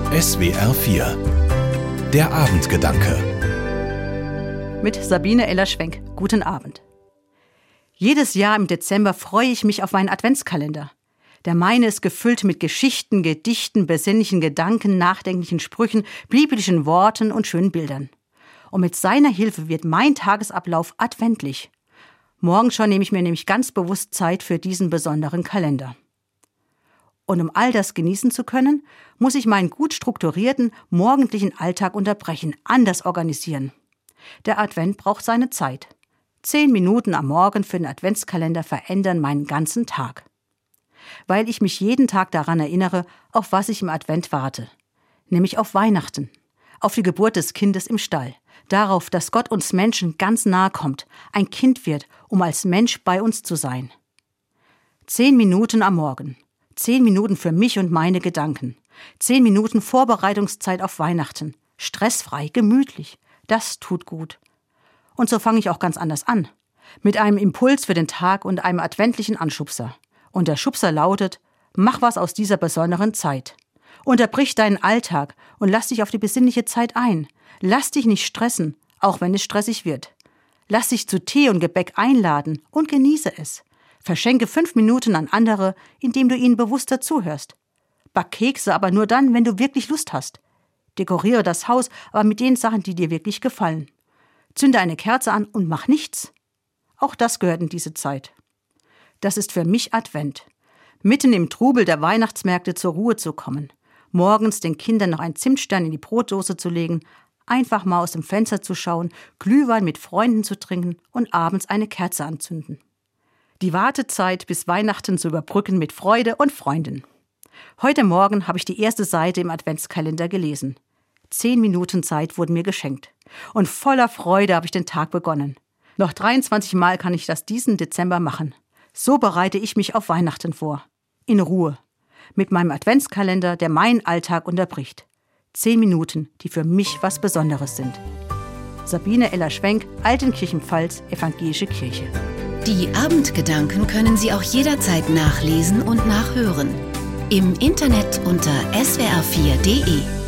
SWR 4 Der Abendgedanke Mit Sabine Eller-Schwenk. Guten Abend. Jedes Jahr im Dezember freue ich mich auf meinen Adventskalender. Der meine ist gefüllt mit Geschichten, Gedichten, besinnlichen Gedanken, nachdenklichen Sprüchen, biblischen Worten und schönen Bildern. Und mit seiner Hilfe wird mein Tagesablauf adventlich. Morgen schon nehme ich mir nämlich ganz bewusst Zeit für diesen besonderen Kalender. Und um all das genießen zu können, muss ich meinen gut strukturierten morgendlichen Alltag unterbrechen, anders organisieren. Der Advent braucht seine Zeit. 10 Minuten am Morgen für den Adventskalender verändern meinen ganzen Tag. Weil ich mich jeden Tag daran erinnere, auf was ich im Advent warte. Nämlich auf Weihnachten, auf die Geburt des Kindes im Stall, darauf, dass Gott uns Menschen ganz nahe kommt, ein Kind wird, um als Mensch bei uns zu sein. 10 Minuten am Morgen. 10 Minuten für mich und meine Gedanken. 10 Minuten Vorbereitungszeit auf Weihnachten. Stressfrei, gemütlich. Das tut gut. Und so fange ich auch ganz anders an. Mit einem Impuls für den Tag und einem adventlichen Anschubser. Und der Schubser lautet: Mach was aus dieser besonderen Zeit. Unterbrich deinen Alltag und lass dich auf die besinnliche Zeit ein. Lass dich nicht stressen, auch wenn es stressig wird. Lass dich zu Tee und Gebäck einladen und genieße es. Verschenke 5 Minuten an andere, indem du ihnen bewusster zuhörst. Back Kekse, aber nur dann, wenn du wirklich Lust hast. Dekoriere das Haus, aber mit den Sachen, die dir wirklich gefallen. Zünde eine Kerze an und mach nichts. Auch das gehört in diese Zeit. Das ist für mich Advent. Mitten im Trubel der Weihnachtsmärkte zur Ruhe zu kommen. Morgens den Kindern noch einen Zimtstern in die Brotdose zu legen, einfach mal aus dem Fenster zu schauen, Glühwein mit Freunden zu trinken und abends eine Kerze anzünden. Die Wartezeit bis Weihnachten zu überbrücken mit Freude und Freunden. Heute Morgen habe ich die erste Seite im Adventskalender gelesen. 10 Minuten Zeit wurden mir geschenkt. Und voller Freude habe ich den Tag begonnen. Noch 23 Mal kann ich das diesen Dezember machen. So bereite ich mich auf Weihnachten vor. In Ruhe. Mit meinem Adventskalender, der meinen Alltag unterbricht. 10 Minuten, die für mich was Besonderes sind. Sabine Eller-Schwenk, Altenkirchen-Pfalz, Evangelische Kirche. Die Abendgedanken können Sie auch jederzeit nachlesen und nachhören. Im Internet unter swr4.de.